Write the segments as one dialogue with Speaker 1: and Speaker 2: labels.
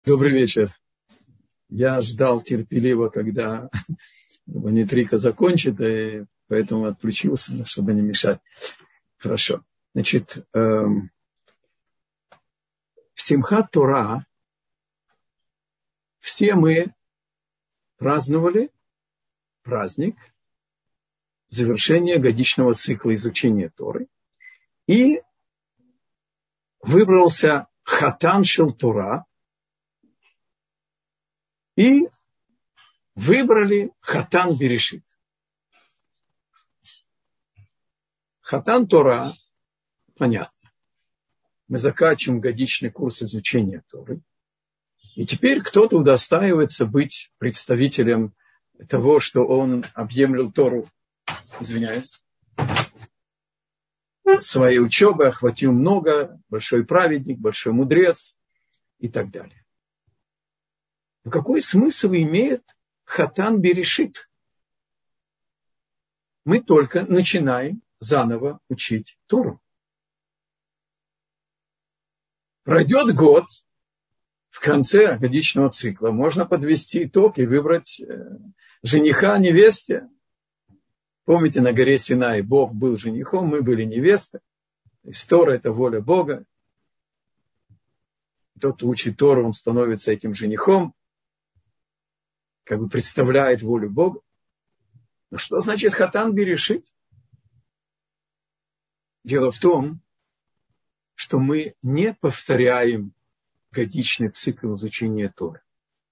Speaker 1: Добрый вечер. Я ждал терпеливо, когда Нитрика закончит, и поэтому отключился, чтобы не мешать. Хорошо. Значит, в Симхат Тора все мы праздновали праздник завершения годичного цикла изучения Торы. И выбрался Хатан Шел Тора, и выбрали Хатан Берешит. Хатан Тора, понятно. Мы заканчиваем годичный курс изучения Торы. И теперь кто-то удостаивается быть представителем того, что он объемлил Тору, своей учебы, охватил много, большой праведник, большой мудрец и так далее. Но какой смысл имеет Хатан Берешит? Мы только начинаем заново учить Тору. Пройдет год, в конце годичного цикла можно подвести итог и выбрать жениха невесте. Помните, на горе Синай Бог был женихом, мы были невесты. Тора – это воля Бога. Тот, кто учит Тору, он становится этим женихом, как бы представляет волю Бога. Но что значит Хатан Берешит? Дело в том, что мы не повторяем годичный цикл изучения Торы.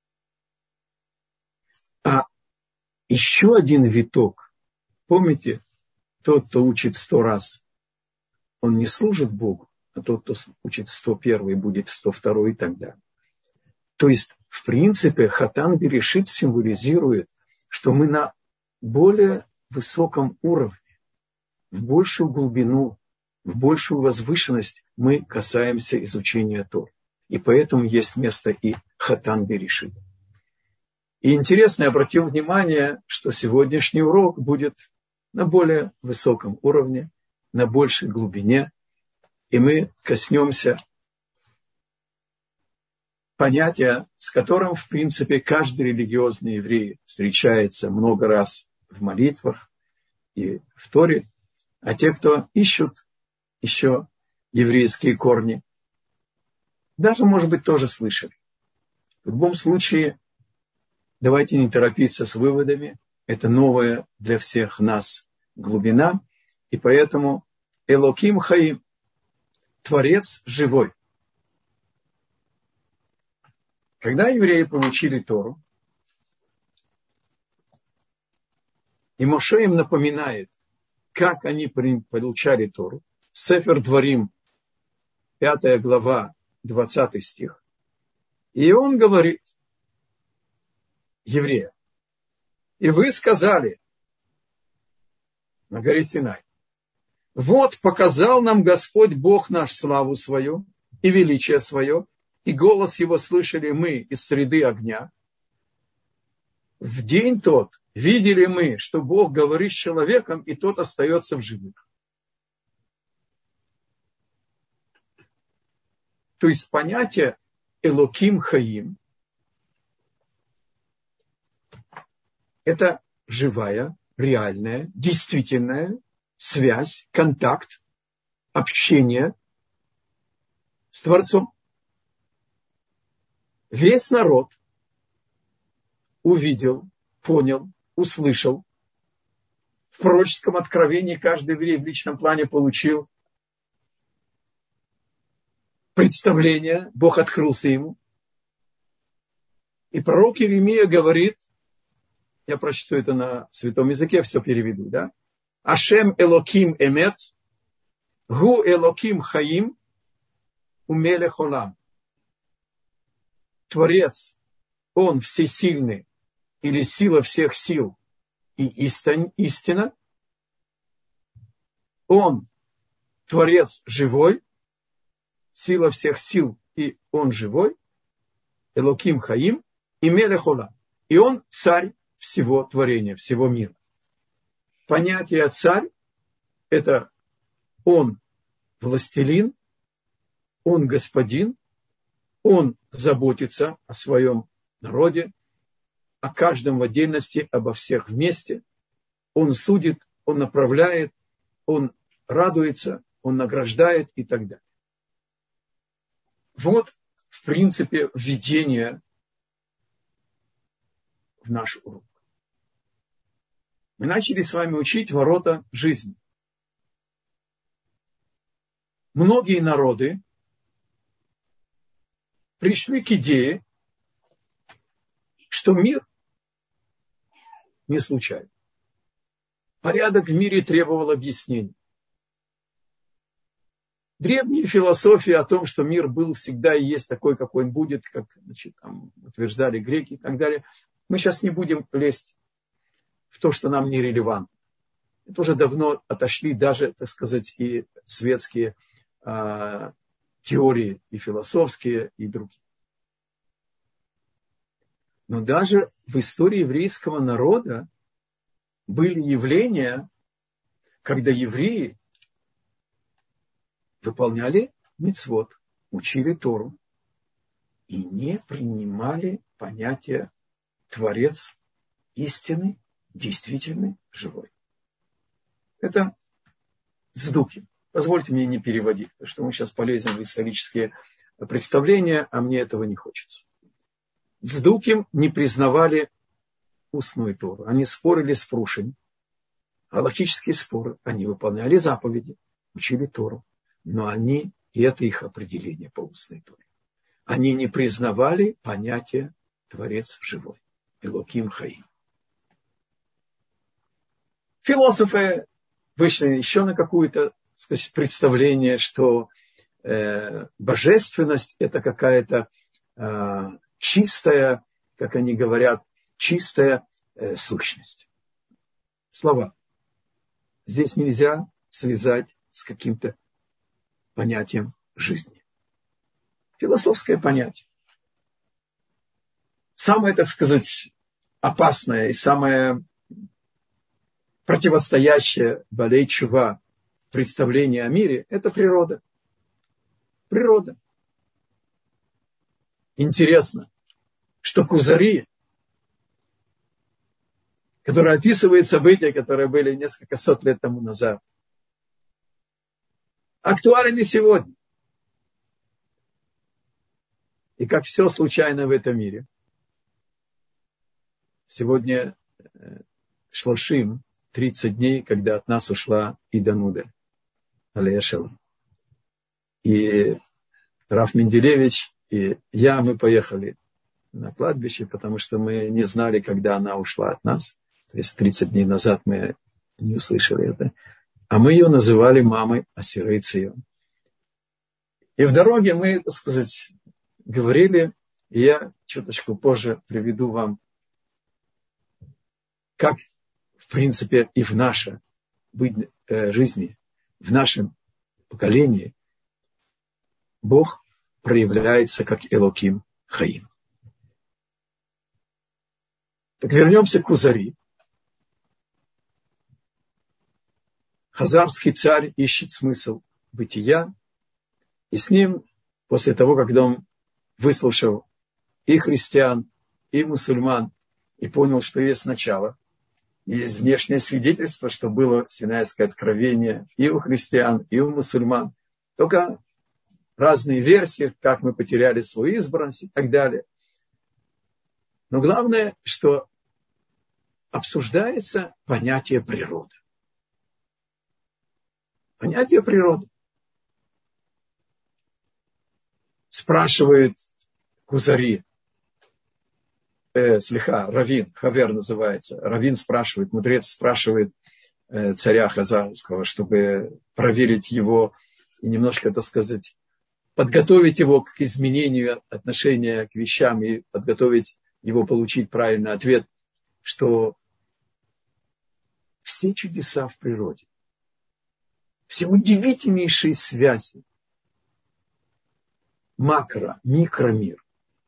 Speaker 1: А еще один виток. Помните, тот, кто учит 100 раз, он не служит Богу, а тот, кто учит 101, будет 102 и так далее. То есть, в принципе, Хатан Берешит символизирует, что мы на более высоком уровне, в большую глубину, в большую возвышенность мы касаемся изучения Торы. И поэтому есть место и Хатан Берешит. И интересно, я обратил внимание, что сегодняшний урок будет на более высоком уровне, на большей глубине, и мы коснемся понятия, с которым, в принципе, каждый религиозный еврей встречается много раз в молитвах и в Торе, а те, кто ищут еще еврейские корни, даже, может быть, тоже слышали. В любом случае, давайте не торопиться с выводами. Это новая для всех нас глубина. И поэтому Элоким Хаим, Творец живой. Когда евреи получили Тору, и Моше им напоминает, как они получали Тору, Сефер Дворим, 5 глава, 20 стих. И он говорит евреям: и вы сказали на горе Синай: вот показал нам Господь Бог наш славу свою и величие свое, и голос его слышали мы из среды огня. В день тот видели мы, что Бог говорит с человеком, и тот остается в живых. То есть понятие Элоким Хаим – это живая, реальная, действительная связь, контакт, общение с Творцом. Весь народ увидел, понял, услышал. В пророческом откровении каждый еврей в личном плане получил представление, Бог открылся ему. И пророк Иеремия говорит, я прочту это на святом языке, все переведу, да? Ашем Элоким Эмет, Гу Элоким Хаим, Умелех Олам. Творец, он всесильный, или сила всех сил и истина. Он Творец живой, сила всех сил, и он живой, Элоким Хаим, и Мелех Олам. И он царь всего творения, всего мира. Понятие царь – это он властелин, он господин, Он заботится о своем народе, о каждом в отдельности, обо всех вместе. Он судит, он направляет, он радуется, он награждает и так далее. Вот, в принципе, введение в наш урок. Мы начали с вами учить ворота жизни. Многие народы пришли к идее, что мир не случайный. Порядок в мире требовал объяснений. Древние философии о том, что мир был всегда и есть такой, какой он будет, как там утверждали греки и так далее, мы сейчас не будем лезть в то, что нам нерелевантно. Это уже давно отошли даже, так сказать, и светские теории, и философские, и другие. Но даже в истории еврейского народа были явления, когда евреи выполняли мицвот, учили Тору и не принимали понятие Творец истинный, действительный, живой. Это цдуки. Позвольте мне не переводить, потому что мы сейчас полезем в исторические представления, а мне этого не хочется. Цдуки не признавали устную Тору. Они спорили с прушами. Галахические споры. Они выполняли заповеди, учили Тору. Но они, и это их определение по устной Торе, они не признавали понятие Творец живой. Элоким Хаим. Философы вышли еще на какое-то, сказать, представление, что божественность это какая-то чистая, как они говорят, чистая сущность. Слова. Здесь нельзя связать с каким-то понятием жизни. Философское понятие. Самое, так сказать, опасное и самое противостоящее балей чува представление о мире – это природа. Природа. Интересно, что Кузари, который описывает события, которые были несколько сот лет тому назад, актуален и сегодня. И как все случайно в этом мире. Сегодня Шлошим, 30 дней, когда от нас ушла Ида Нудель, алейха шалом. И Рав Менделевич и я, мы поехали на кладбище, потому что мы не знали, когда она ушла от нас. То есть 30 дней назад мы не услышали это. А мы ее называли мамой Асирей Цион. И в дороге мы, так сказать, говорили, и я чуточку позже приведу вам, как, в принципе, и в нашей жизни, в нашем поколении Бог проявляется как Элоким Хаим. Так вернемся к Кузари. Хазарский царь ищет смысл бытия, и с ним, после того, когда он выслушал и христиан, и мусульман, и понял, что есть начало, есть внешнее свидетельство, что было Синайское откровение и у христиан, и у мусульман, только разные версии, как мы потеряли свою избранность и так далее. Но главное, что обсуждается понятие природы. Понятие природы. Спрашивает Кузари, Равин, Хавер называется. Равин спрашивает, мудрец спрашивает царя Хазарского, чтобы проверить его и немножко, так сказать, подготовить его к изменению отношения к вещам и подготовить его получить правильный ответ, что все чудеса в природе, все удивительнейшие связи, микромир,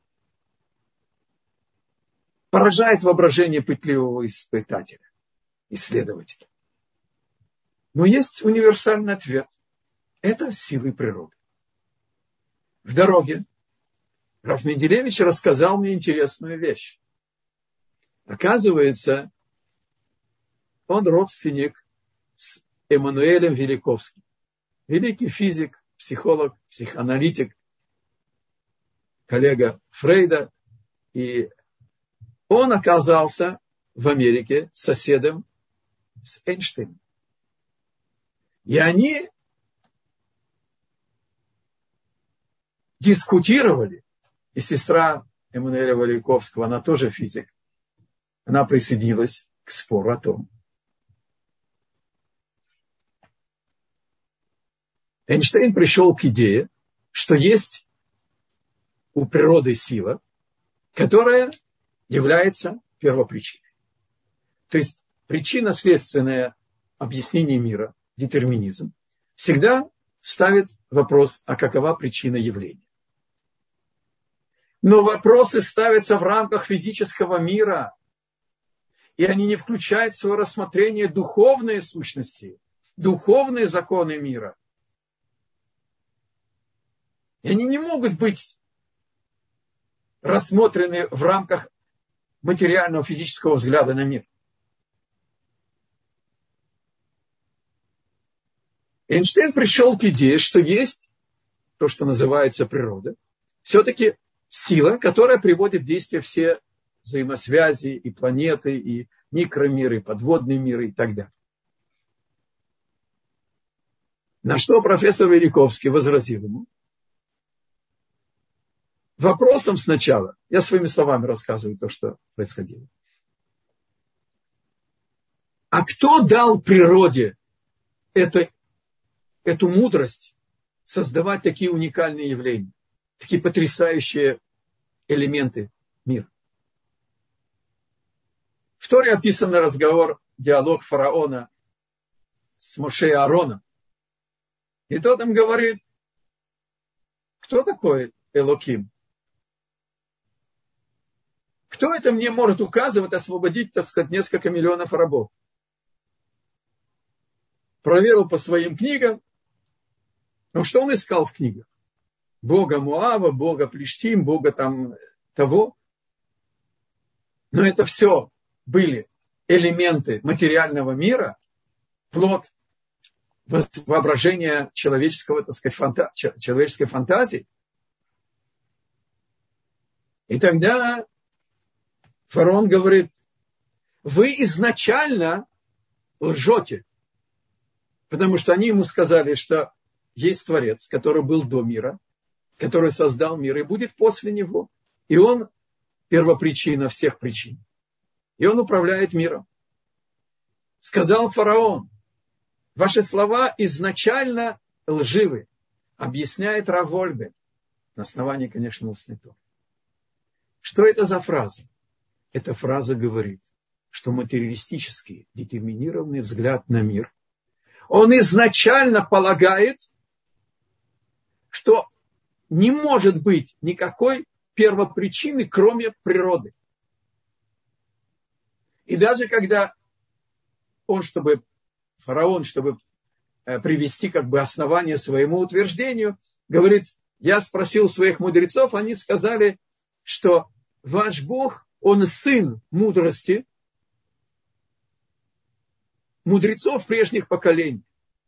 Speaker 1: поражает воображение пытливого испытателя, исследователя. Но есть универсальный ответ. Это силы природы. В дороге Рав Менделевич рассказал мне интересную вещь. Оказывается, он родственник с Эммануэлем Великовским. Великий физик, психолог, психоаналитик, коллега Фрейда. И он оказался в Америке соседом с Эйнштейном. И они дискутировали. И сестра Эммануэля Великовского, она тоже физик, она присоединилась к спору о том. Эйнштейн пришел к идее, что есть у природы сила, которая является первопричиной. То есть причинно-следственное объяснение мира, детерминизм, всегда ставит вопрос, а какова причина явления. Но вопросы ставятся в рамках физического мира, и они не включают в свое рассмотрение духовные сущности, духовные законы мира. И они не могут быть рассмотрены в рамках материального физического взгляда на мир. Эйнштейн пришел к идее, что есть то, что называется природа, все-таки сила, которая приводит в действие все взаимосвязи и планеты, и микромиры, и подводные миры и так далее. На что профессор Великовский возразил ему вопросом сначала, я своими словами рассказываю то, что происходило. А кто дал природе эту мудрость создавать такие уникальные явления, такие потрясающие элементы мира? В Торе описан разговор, диалог фараона с Моше и Аароном. И тот им говорит, кто такой Элоким? Кто это мне может указывать, освободить, так сказать, несколько миллионов рабов? Проверил по своим книгам. Ну, что он искал в книгах? Бога Моава, Бога Плештим, Бога там того. Но это все были элементы материального мира, плод воображения человеческого, так сказать, человеческой фантазии. И тогда фараон говорит, вы изначально лжете, потому что они ему сказали, что есть Творец, который был до мира, который создал мир и будет после него. И он первопричина всех причин. И он управляет миром. Сказал фараон, ваши слова изначально лживы, объясняет Рав Вольбе, на основании, конечно, устной Торы. Что это за фраза? Эта фраза говорит, что материалистический, детерминированный взгляд на мир, он изначально полагает, что не может быть никакой первопричины, кроме природы. И даже когда фараон, чтобы привести как бы основание своему утверждению, говорит, я спросил своих мудрецов, они сказали, что ваш Бог, он сын мудрости, мудрецов прежних поколений.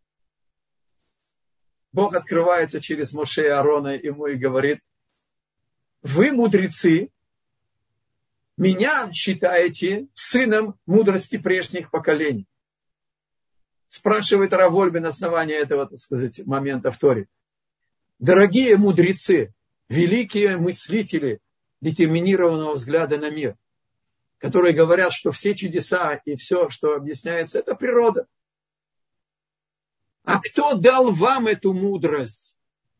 Speaker 1: Бог открывается через Моше и Аарона ему и говорит, вы, мудрецы, меня считаете сыном мудрости прежних поколений. Спрашивает Рав Вольбе на основании этого, так сказать, момента в Торе. Дорогие мудрецы, великие мыслители детерминированного взгляда на мир, которые говорят, что все чудеса и все, что объясняется, это природа. А кто дал вам эту мудрость?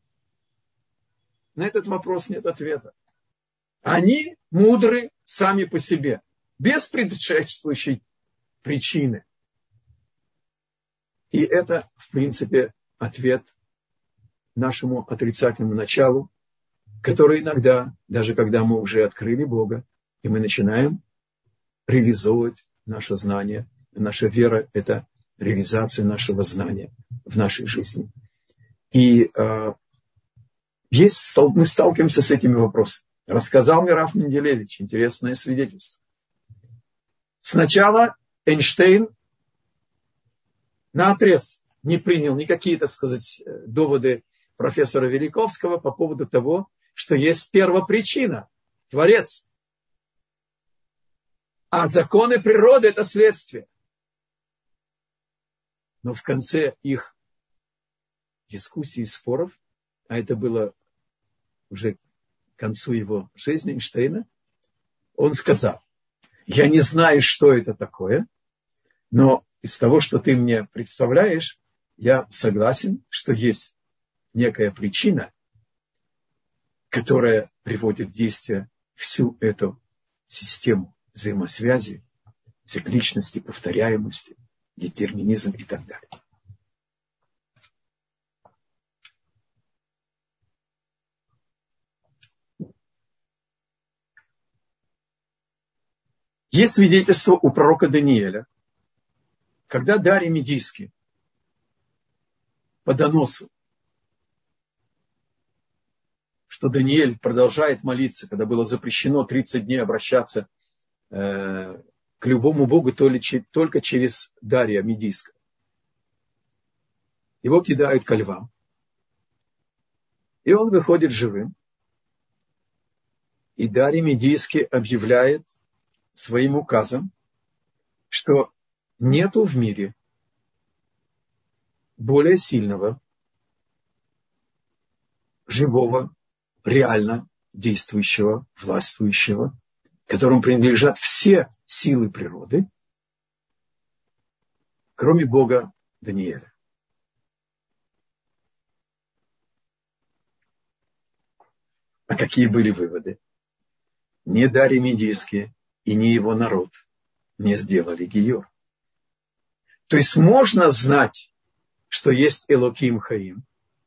Speaker 1: На этот вопрос нет ответа. Они мудры сами по себе, без предшествующей причины. И это, в принципе, ответ нашему отрицательному началу, который иногда, даже когда мы уже открыли Бога, и мы начинаем реализовывать наше знание, наша вера – это реализация нашего знания в нашей жизни. И Мы сталкиваемся с этими вопросами. Рассказал мне Раф Менделевич интересное свидетельство. Сначала Эйнштейн наотрез не принял никакие, так сказать, доводы профессора Великовского по поводу того, что есть первопричина, Творец. А законы природы – это следствие. Но в конце их дискуссий и споров, а это было уже к концу его жизни Эйнштейна, он сказал: я не знаю, что это такое, но из того, что ты мне представляешь, я согласен, что есть некая причина, которая приводит в действие всю эту систему взаимосвязи, цикличности, повторяемости, детерминизм и так далее. Есть свидетельство у пророка Даниэля, когда Дарий Медийский по доносу, что Даниэль продолжает молиться, когда было запрещено 30 дней обращаться к любому богу только через Дария Медийского. Его кидают ко львам, и он выходит живым. И Дарий Медийский объявляет своим указом, что нету в мире более сильного, живого, реально действующего, властвующего, которому принадлежат все силы природы, кроме Бога Даниэля. А какие были выводы? Не Дарий Медийский и не его народ не сделали гиюр. То есть можно знать, что есть Элоким Хаим,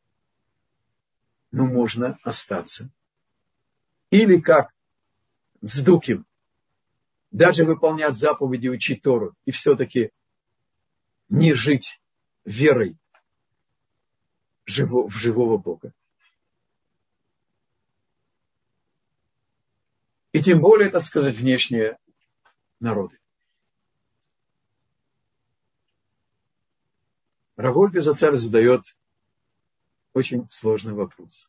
Speaker 1: но можно остаться. Или как Цдуким, даже выполнять заповеди, учить Тору, и все-таки не жить верой в живого Бога. И тем более, так сказать, внешние народы. Рав Вольпе Зацаль задает очень сложный вопрос.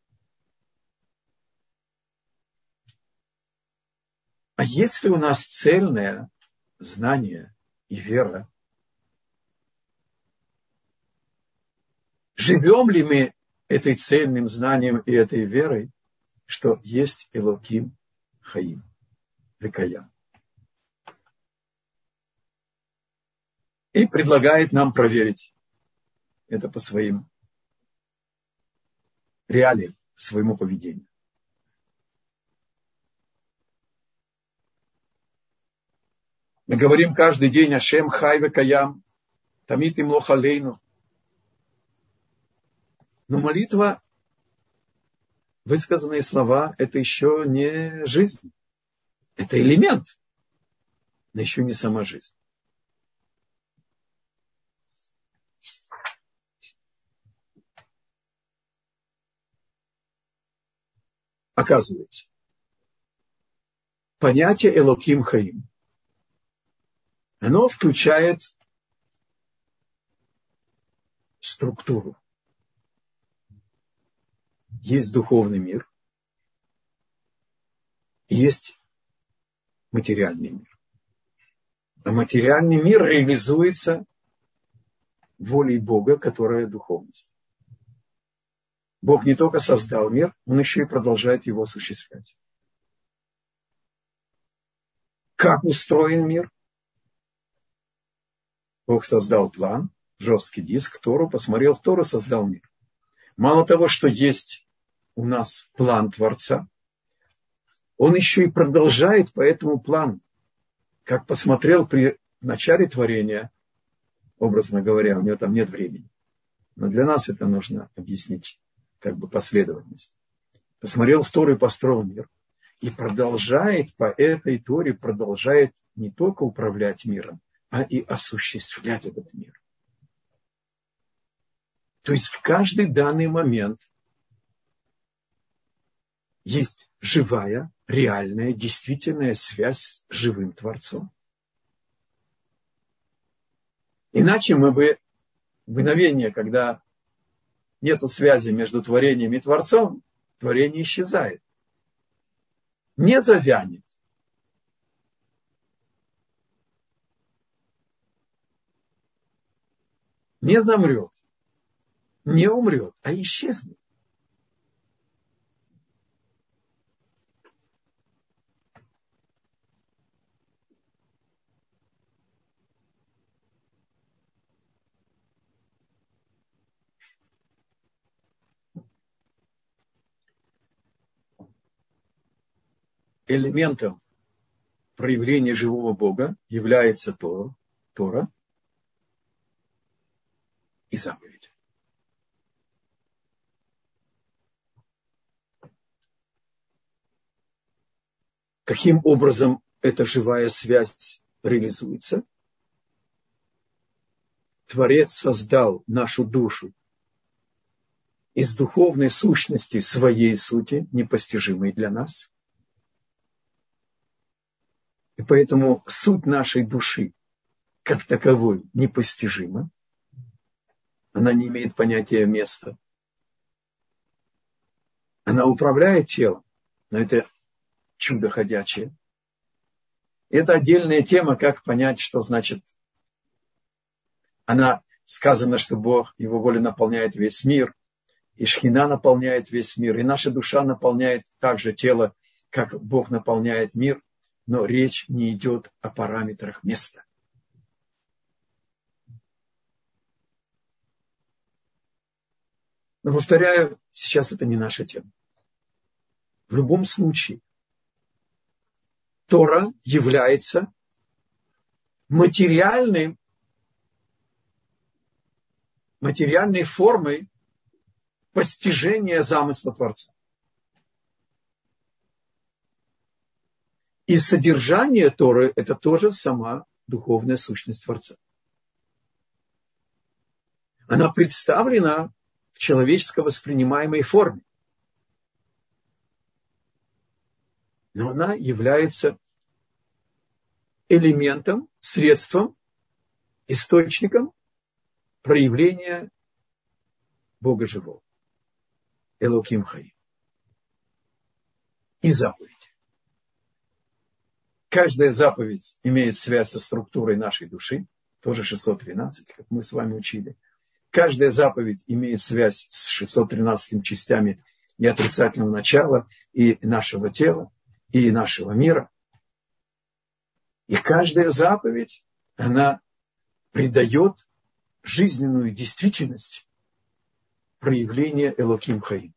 Speaker 1: А если у нас цельное знание и вера, живем ли мы этой цельным знанием и этой верой, что есть Элоким Хаим, Векаям? И предлагает нам проверить это по своим реалиям, своему поведению. Мы говорим каждый день Ашем Хай Векаям, Тамит Имлох Алейну. Но молитва, высказанные слова, это еще не жизнь. Это элемент, но еще не сама жизнь. Оказывается, понятие Элоким Хаим, оно включает структуру. Есть духовный мир, есть материальный мир. А материальный мир реализуется волей Бога, которая духовность. Бог не только создал мир, Он еще и продолжает его осуществлять. Как устроен мир? Бог создал план, жесткий диск, Тору, посмотрел в Тору, создал мир. Мало того, что есть у нас план Творца, Он еще и продолжает по этому плану. Как посмотрел при начале творения, образно говоря, у него там нет времени. Но для нас это нужно объяснить, как бы последовательность. Посмотрел в Тору и построил мир. И продолжает по этой Торе, продолжает не только управлять миром, а и осуществлять этот мир. То есть в каждый данный момент есть живая, реальная, действительная связь с живым Творцом. Иначе мы бы в мгновение, когда нет связи между творением и Творцом, творение исчезает. Не завянет. Не замрет. Не умрет, а исчезнет. Элементом проявления живого Бога является Тора и заповедь. Каким образом эта живая связь реализуется? Творец создал нашу душу из духовной сущности своей сути, непостижимой для нас. И поэтому суть нашей души, как таковой, непостижима. Она не имеет понятия места. Она управляет телом, но это чудо ходячее. Это отдельная тема, как понять, что значит. Она сказано, что Бог, Его воля наполняет весь мир, и Шхина наполняет весь мир, и наша душа наполняет также тело, как Бог наполняет мир, но речь не идет о параметрах места. Но, повторяю, сейчас это не наша тема. В любом случае, Тора является материальной формой постижения замысла Творца. И содержание Торы – это тоже сама духовная сущность Творца. Она представлена в человеческо воспринимаемой форме. Но она является элементом, средством, источником проявления Бога живого. Элоким Хаим. И заповедь. Каждая заповедь имеет связь со структурой нашей души, тоже 613, как мы с вами учили. Каждая заповедь имеет связь с 613 частями и отрицательного начала, и нашего тела, и нашего мира. И каждая заповедь, она придает жизненную действительность проявления Элоким Хаим.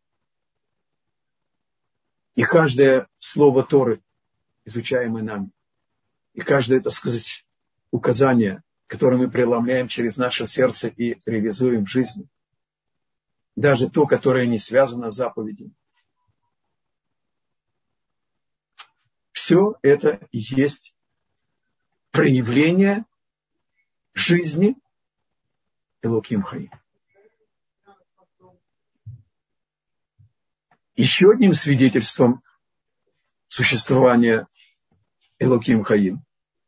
Speaker 1: И каждое слово Торы, изучаемое нами, и каждое, так сказать, указание, которое мы преломляем через наше сердце и реализуем в жизни, даже то, которое не связано с заповедями, все это и есть проявление жизни Элоким Хаим. Еще одним свидетельством существования Элоким Хаим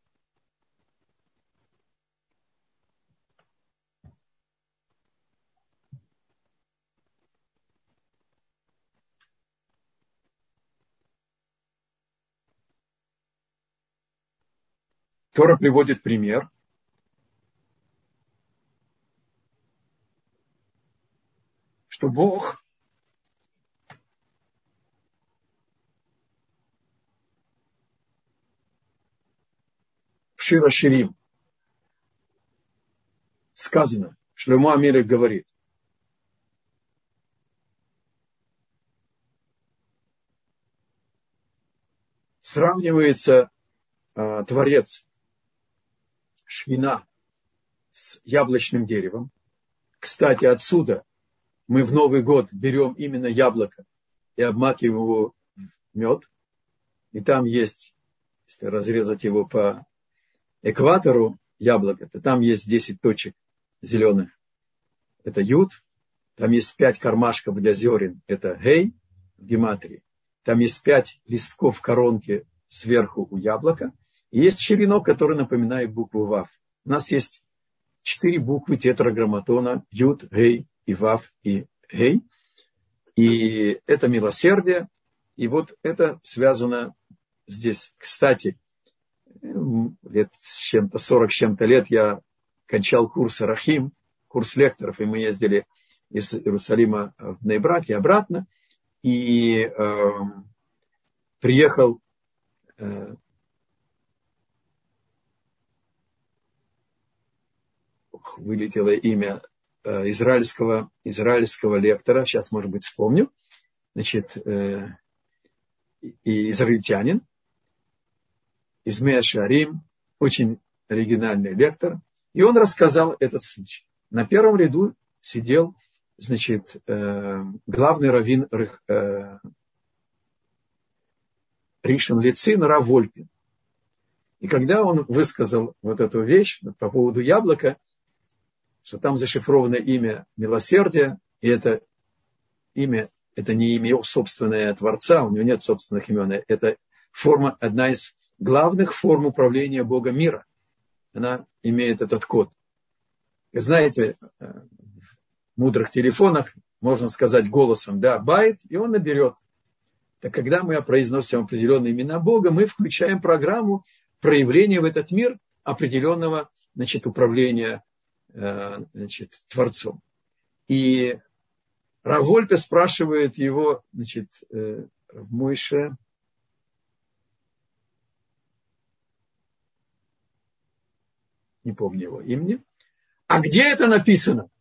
Speaker 1: Тора приводит пример, что Бог в Шир ха-Ширим сказано, Шломо ха-Мелех говорит, сравнивается Творец Шхина с яблочным деревом. Кстати, отсюда мы в Новый год берем именно яблоко и обмакиваем его в мед. И там есть, если разрезать его по экватору яблоко, то там есть 10 точек зеленых. Это Юд. Там есть 5 кармашков для зерен. Это Гей в гематрии. Там есть 5 листков коронки сверху у яблока. И есть черенок, который напоминает букву Вав. У нас есть 4 буквы тетраграмматона: Юд, Гей и Вав и Гей. И это милосердие. И вот это связано здесь. Кстати, лет с чем-то, 40 с чем-то лет я кончал курс Рахим, курс лекторов, и мы ездили из Иерусалима в Нейбрак и обратно. И приехал вылетело имя израильского лектора, сейчас, может быть, вспомню, значит, и израильтянин из Меа Шеарим, очень оригинальный лектор, и он рассказал этот случай. На первом ряду сидел, значит, главный раввин Ришон Лецин Рав Вольпин. И когда он высказал вот эту вещь по поводу яблока, что там зашифровано имя милосердия, и это имя, это не имя собственное Творца, у него нет собственных имен, это форма, одна из главных форм управления Бога мира. Она имеет этот код. И знаете, в мудрых телефонах можно сказать голосом, да, байт, и он наберет. Так когда мы произносим определенные имена Бога, мы включаем программу проявления в этот мир определенного, значит, управления, значит, Творцом. И Рав Вольпе спрашивает его, значит, Мойше, не помню его имени, а где это написано?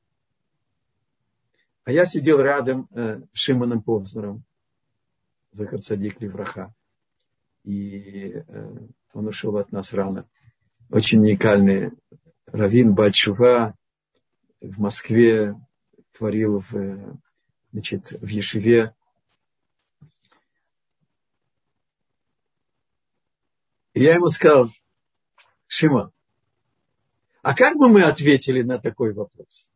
Speaker 1: А я сидел рядом с Шимоном Повзнером, Зехер Цадик Левраха, и он ушел от нас рано. Очень уникальный раввин Баль-Тшува, в Москве творил значит, в Ешиве. И я ему сказал: Шимон, а как бы мы ответили на такой вопрос?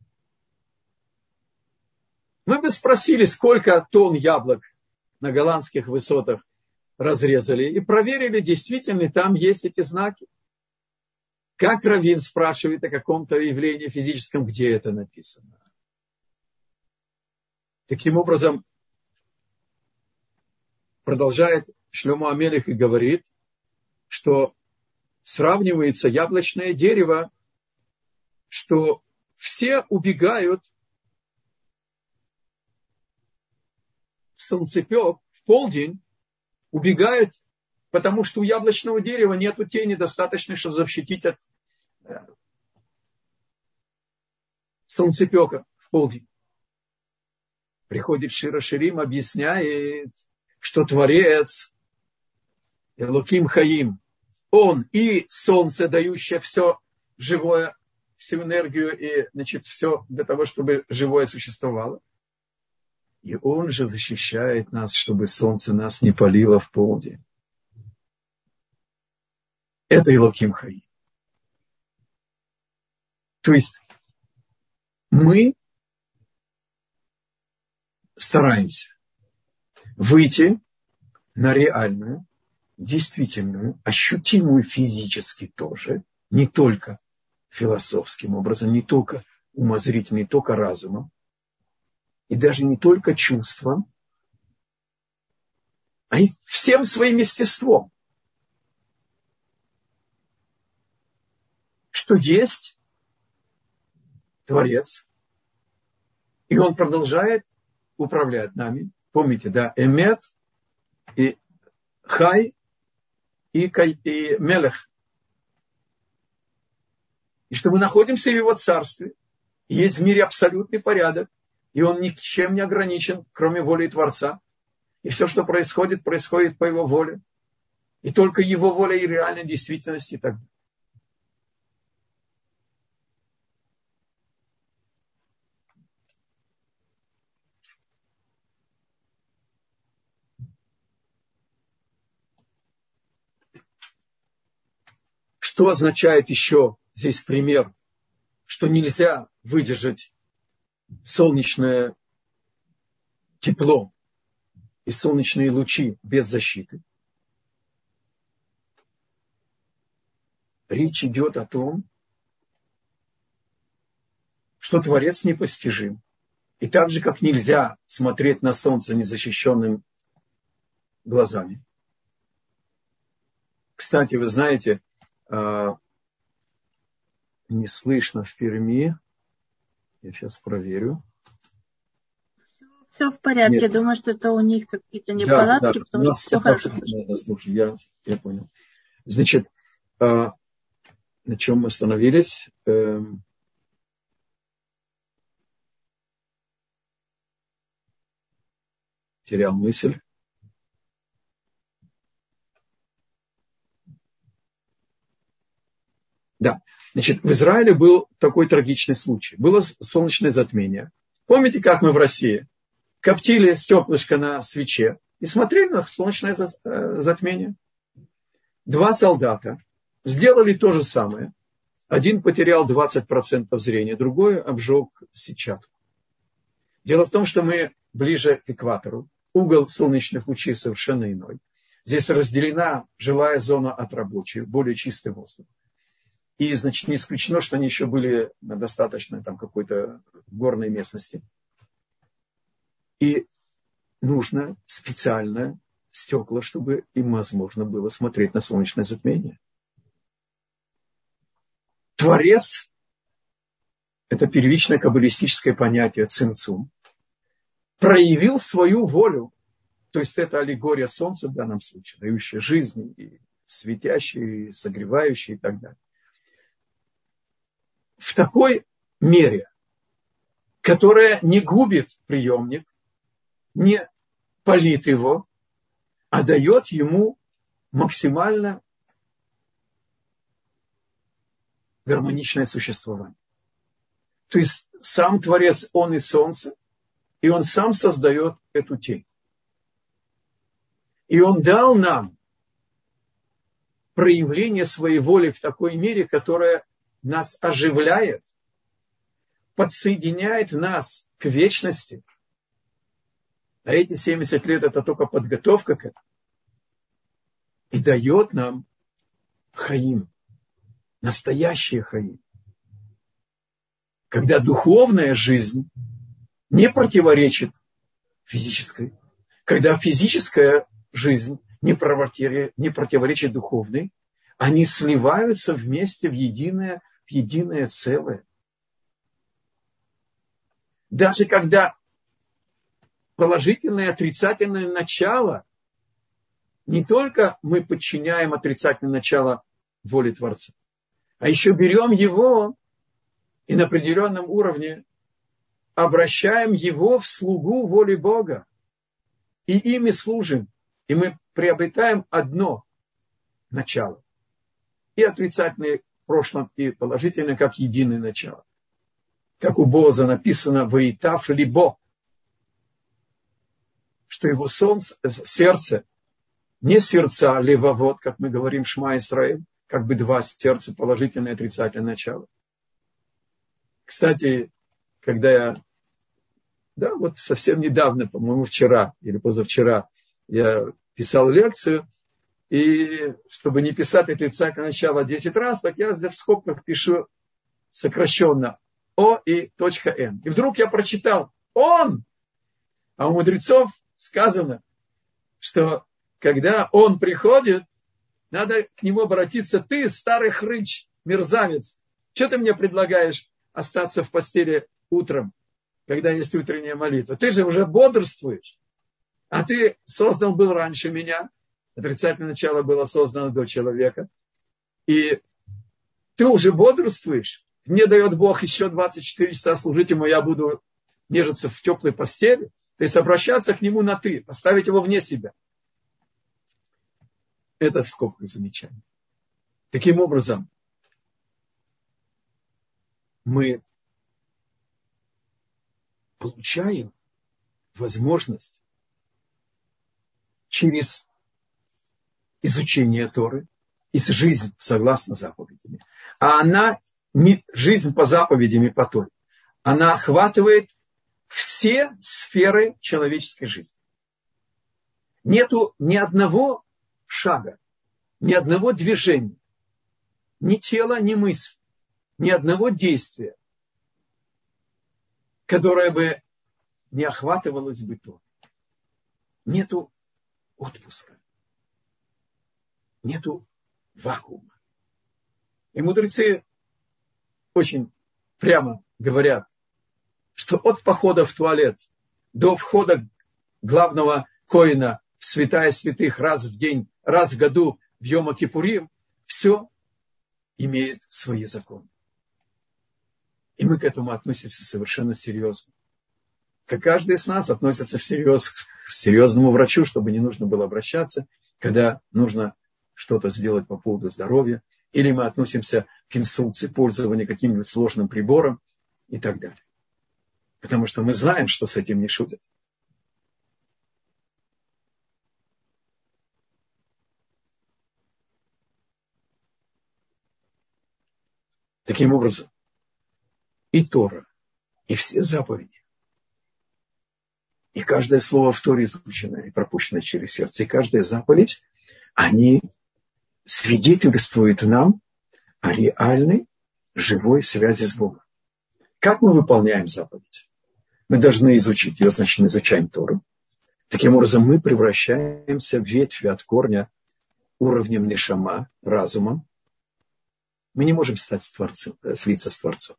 Speaker 1: Мы бы спросили, сколько тонн яблок на голландских высотах разрезали, и проверили, действительно ли там есть эти знаки. Как раввин спрашивает о каком-то явлении физическом, где это написано? Таким образом, продолжает Шломо Амелех и говорит, что сравнивается яблочное дерево, что все убегают в солнцепек, в полдень, убегают, потому что у яблочного дерева нет тени достаточной, чтобы защитить от солнцепека в полдень. Приходит Шир ха-Ширим, объясняет, что Творец, Элоким Хаим, Он и солнце, дающее все живое, всю энергию и, значит, все для того, чтобы живое существовало. И Он же защищает нас, чтобы солнце нас не палило в полдень. Это Элоким Хаим. То есть мы стараемся выйти на реальную, действительную, ощутимую физически тоже, не только философским образом, не только умозрительно, не только разумом, и даже не только чувством, а и всем своим естеством. Что есть Творец, и Он продолжает управлять нами. Помните, да, Эмет и Хай и Мелех. И что мы находимся в Его царстве. Есть в мире абсолютный порядок, и он ничем не ограничен, кроме воли Творца. И все, что происходит, происходит по Его воле. И только Его воля и реальной действительности так. Что означает еще здесь пример, что нельзя выдержать солнечное тепло и солнечные лучи без защиты. Речь идет о том, что Творец непостижим. И так же, как нельзя смотреть на солнце незащищенным глазами. Кстати, вы знаете, не слышно в Перми. Я сейчас проверю.
Speaker 2: Все в порядке.
Speaker 1: Нет.
Speaker 2: Думаю, что это у них какие-то неполадки,
Speaker 1: да.
Speaker 2: потому что все хорошо слышно.
Speaker 1: Слушай, я понял. Значит, на чем мы остановились? Терял мысль. Да. Значит, в Израиле был такой трагичный случай. Было солнечное затмение. Помните, как мы в России коптили стеклышко на свече и смотрели на солнечное затмение? 2 солдата сделали то же самое. Один потерял 20% зрения, другой обжег сетчатку. Дело в том, что мы ближе к экватору. Угол солнечных лучей совершенно иной. Здесь разделена жилая зона от рабочей, более чистый воздух. И, значит, не исключено, что они еще были на достаточно там какой-то горной местности. И нужно специально стекла, чтобы им возможно было смотреть на солнечное затмение. Творец – это первичное каббалистическое понятие цимцум. Проявил свою волю, то есть это аллегория солнца в данном случае, дающая жизнь, и светящая, и согревающая и так далее. В такой мере, которая не губит приемник, не палит его, а дает ему максимально гармоничное существование. То есть сам Творец, он и солнце, и он сам создает эту тень. И он дал нам проявление своей воли в такой мере, которая нас оживляет, подсоединяет нас к вечности. А эти 70 лет – это только подготовка к этому. И дает нам хаим, настоящий хаим. Когда духовная жизнь не противоречит физической, когда физическая жизнь не противоречит духовной, они сливаются вместе в единое целое. Даже когда положительное и отрицательное начало, не только мы подчиняем отрицательное начало воле Творца, а еще берем его и на определенном уровне обращаем его в слугу воли Бога. И ими служим. И мы приобретаем одно начало. И отрицательное в прошлом, и положительное, как единое начало. Как у Боаза написано «Ваитав либо», что его сердце, не сердца левовод, как мы говорим Шма Исраэль, как бы 2 сердца, положительное и отрицательное начало. Кстати, когда вот совсем недавно, по-моему, вчера или позавчера, я писал лекцию, и чтобы не писать отрицательное начало 10 раз, так я в скобках пишу сокращенно О и .н. И вдруг я прочитал «Он», а у мудрецов сказано, что когда он приходит, надо к нему обратиться: ты, старый хрыч, мерзавец, что ты мне предлагаешь остаться в постели утром, когда есть утренняя молитва? Ты же уже бодрствуешь, а ты создан был раньше меня. Отрицательное начало было создано до человека. И ты уже бодрствуешь. Мне дает Бог еще 24 часа служить ему, я буду нежиться в теплой постели. То есть обращаться к нему на «ты», поставить его вне себя. Это в скобках замечание. Таким образом, мы получаем возможность через изучение Торы и жизнь согласно заповедям. А она, не жизнь по заповедям и по Торе, она охватывает все сферы человеческой жизни. Нету ни одного шага, ни одного движения, ни тела, ни мысли, ни одного действия, которое бы не охватывалось бы Торой. Нету отпуска. Нету вакуума. И мудрецы очень прямо говорят, что от похода в туалет до входа главного коэна в святая святых раз в день, раз в году в Йом-Кипурим, все имеет свои законы. И мы к этому относимся совершенно серьезно. Как каждый из нас относится всерьез к серьезному врачу, чтобы не нужно было обращаться, когда нужно что-то сделать по поводу здоровья, или мы относимся к инструкции пользования каким-нибудь сложным прибором и так далее. Потому что мы знаем, что с этим не шутят. Таким образом, и Тора, и все заповеди, и каждое слово в Торе изученное и пропущенное через сердце, и каждая заповедь, они свидетельствуют нам о реальной живой связи с Богом. Как мы выполняем заповедь? Мы должны изучить ее, значит, мы изучаем Тору. Таким образом, мы превращаемся в ветви от корня уровнем нешама, разумом. Мы не можем стать Творцом, слиться с Творцом.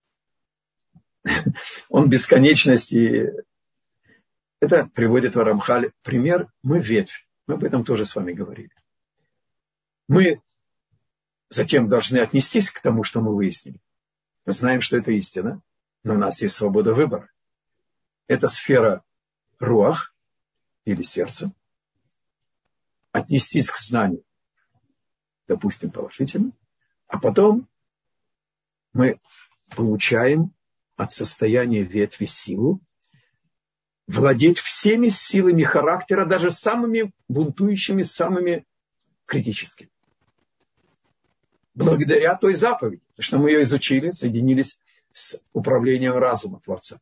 Speaker 1: Он бесконечность, и это приводит в Рамхаль пример. Мы ветвь. Мы об этом тоже с вами говорили. Мы затем должны отнестись к тому, что мы выяснили. Мы знаем, что это истина, но у нас есть свобода выбора. Это сфера руах или сердца. Отнестись к знанию, допустим, положительно, а потом мы получаем от состояния ветви силу владеть всеми силами характера, даже самыми бунтующими, самыми критическими. Благодаря той заповеди, потому что мы ее изучили, соединились с управлением разума Творца.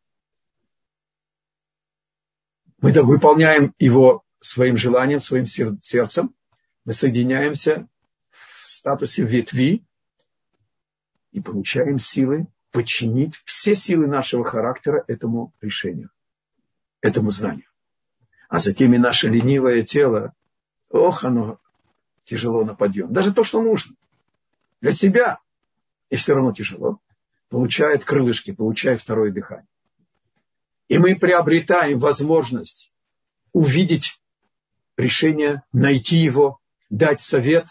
Speaker 1: Мы выполняем его своим желанием, своим сердцем. Мы соединяемся в статусе ветви и получаем силы подчинить все силы нашего характера этому решению, этому знанию. А затем и наше ленивое тело, оно тяжело на подъем. Даже то, что нужно для себя, и все равно тяжело, получает крылышки, получает второе дыхание. И мы приобретаем возможность увидеть решение, найти его, дать совет,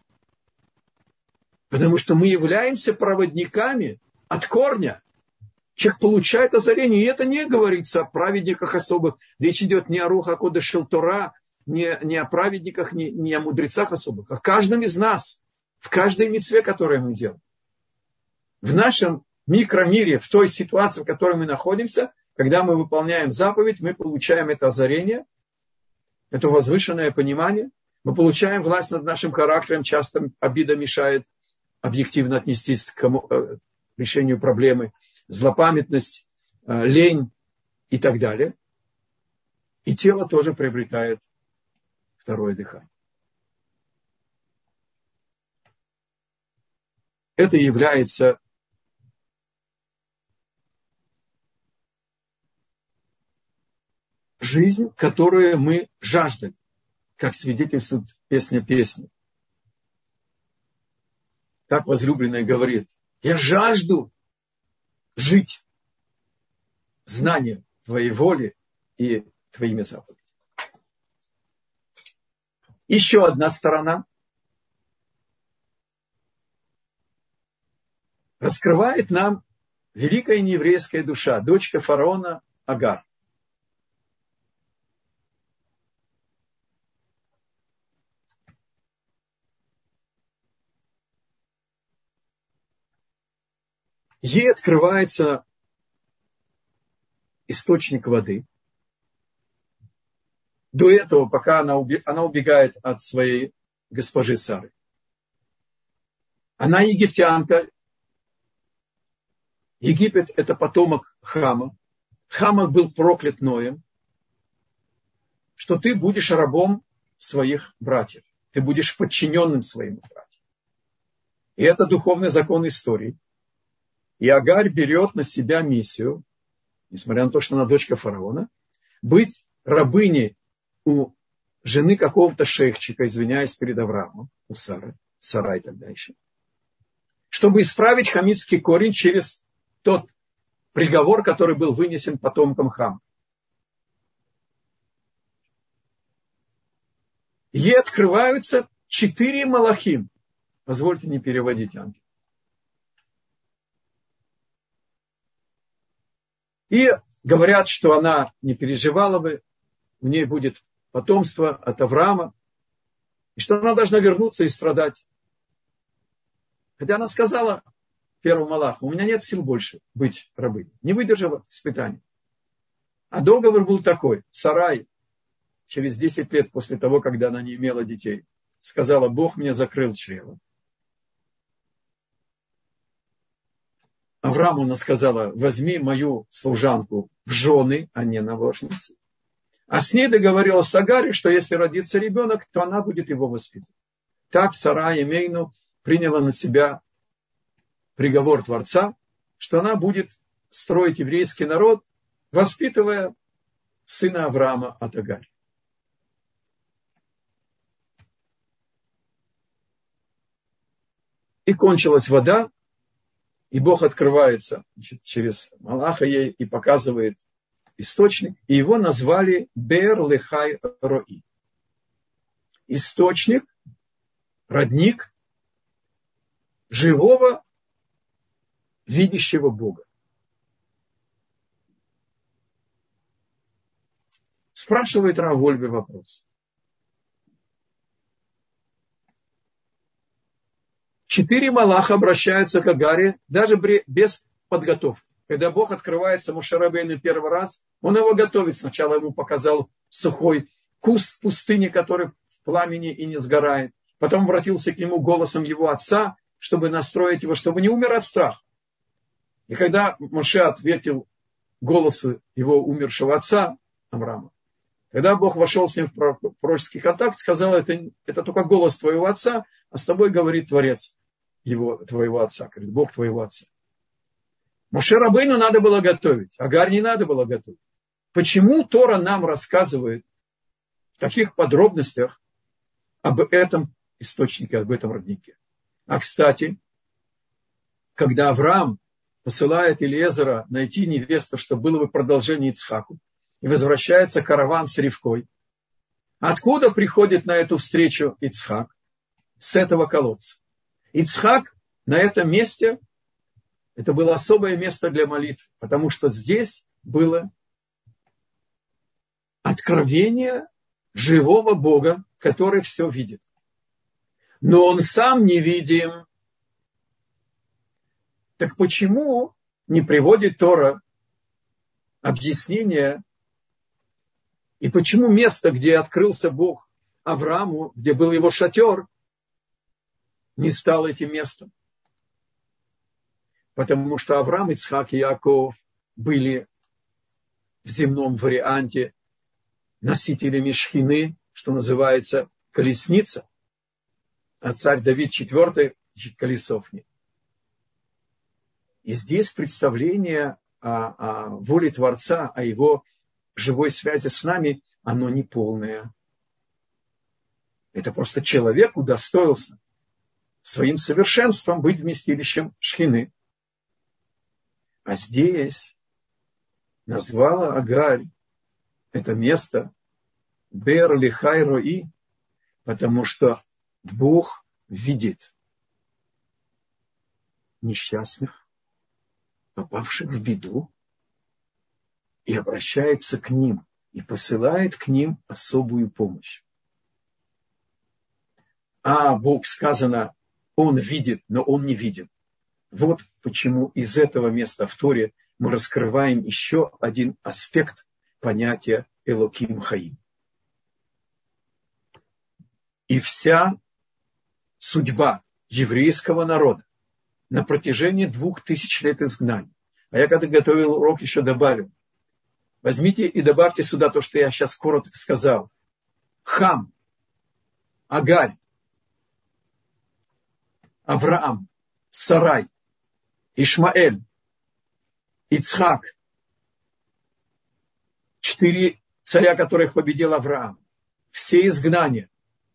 Speaker 1: потому что мы являемся проводниками от корня. Человек получает озарение, и это не говорится о праведниках особых. Речь идет не о Руха Кодеш Тора, не о праведниках, не о мудрецах особых, а о каждом из нас, в каждой мицве, которую мы делаем. В нашем микромире, в той ситуации, в которой мы находимся, когда мы выполняем заповедь, мы получаем это озарение, это возвышенное понимание, мы получаем власть над нашим характером, часто обида мешает объективно отнестись к решению проблемы, злопамятность, лень и так далее. И тело тоже приобретает второе дыхание. Это является жизнь, которую мы жаждем, как свидетельствует песня песни. Так возлюбленная говорит: я жажду жить знанием твоей воли и твоими заповедями. Еще одна сторона раскрывает нам великая нееврейская душа, дочка фараона Агар. Ей открывается источник воды. До этого, пока она убегает от своей госпожи Сары. Она египтянка. Египет – это потомок Хама. Хама был проклят Ноем. что ты будешь рабом своих братьев. Ты будешь подчиненным своим братьям. И это духовный закон истории. И Агарь берет на себя миссию, несмотря на то, что она дочка фараона, быть рабыней у жены какого-то шейхчика, извиняюсь перед Авраамом, у Сары, Сарай тогда еще, чтобы исправить хамитский корень через тот приговор, который был вынесен потомкам Хама. Ей открываются 4 малахим. Позвольте не переводить, ангел. И говорят, что она не переживала бы, у ней будет потомство от Авраама, и что она должна вернуться и страдать. Хотя она сказала первому Малаху: у меня нет сил больше быть рабыней. Не выдержала испытания. А договор был такой. Сарай через 10 лет после того, когда она не имела детей, сказала: Бог мне закрыл чрево. Аврааму она сказала: возьми мою служанку в жены, а не наложницы. А с ней договорилась с Агарью, что если родится ребенок, то она будет его воспитывать. Так Сара Емейну приняла на себя приговор Творца, что она будет строить еврейский народ, воспитывая сына Авраама от Агари. И кончилась вода, и Бог открывается, значит, через Малаха ей и показывает источник, и его назвали Бер Лехай Рои. Источник, родник живого, видящего Бога. Спрашивает Рав Вольбе вопрос. 4 малаха обращаются к Агаре даже без подготовки. Когда Бог открывается Моше Рабейну первый раз, он его готовит. Сначала ему показал сухой куст в пустыне, который в пламени и не сгорает. Потом обратился к нему голосом его отца, чтобы настроить его, чтобы не умер от страха. И когда Моше ответил голосу его умершего отца, Авраама, когда Бог вошел с ним в пророческий контакт, сказал: это только голос твоего отца, а с тобой говорит Творец твоего отца, говорит Бог твоего отца. Моше Рабейну надо было готовить, Агарь не надо было готовить. Почему Тора нам рассказывает в таких подробностях об этом источнике, об этом роднике? А кстати, когда Авраам посылает Элиезера найти невесту, чтобы было бы продолжение Ицхаку, и возвращается караван с Ривкой, откуда приходит на эту встречу Ицхак? С этого колодца. Ицхак на этом месте, это было особое место для молитв, потому что здесь было откровение живого Бога, который все видит. Но он сам невидим. Так почему не приводит Тора объяснение, и почему место, где открылся Бог Аврааму, где был его шатер, не стало этим местом? Потому что Авраам, Ицхак и Иаков были в земном варианте носителями шхины, что называется колесница, а царь Давид IV колесов нет. И здесь представление о воле Творца, о его живой связи с нами, оно неполное. Это просто человек удостоился своим совершенством быть вместилищем шхины. А здесь назвала Агарь это место Бер Лехай Рои, потому что Бог видит несчастных, попавших в беду, и обращается к ним, и посылает к ним особую помощь. А Бог, сказано, Он видит, но Он не виден. Вот почему из этого места в Торе мы раскрываем еще один аспект понятия Элоким Хаим. И вся судьба еврейского народа на протяжении 2000 лет изгнания. А я когда готовил урок, еще добавил, Возьмите и добавьте сюда то, что я сейчас коротко сказал. Хам, Агарь, Авраам, Сарай, Ишмаэль, Ицхак. 4 царя, которых победил Авраам. Все изгнания.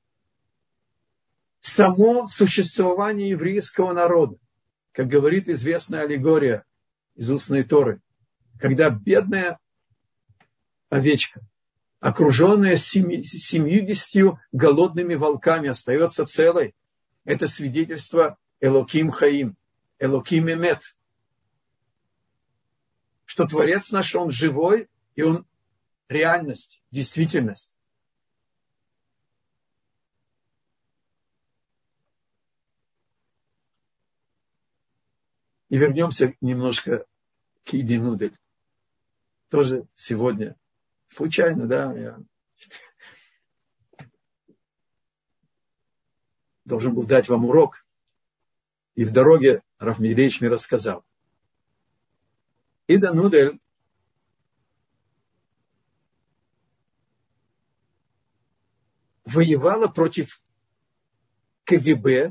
Speaker 1: Само существование еврейского народа. Как говорит известная аллегория из устной Торы. Когда бедная овечка, окруженная 70 голодными волками, остается целой, это свидетельство Элоким Хаим, Элоким Эмет. Что Творец наш, Он живой, и Он реальность, действительность. И вернемся немножко к Иди Нудель. Тоже сегодня. Случайно, да, я должен был дать вам урок. И в дороге Рав Меиревич мне рассказал. Ида Нудель воевала против КГБ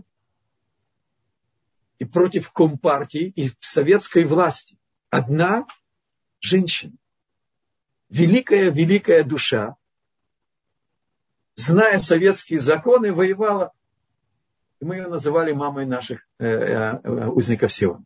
Speaker 1: и против Компартии и советской власти. Одна женщина. Великая душа, зная советские законы, воевала. И мы ее называли мамой наших узников Сиона.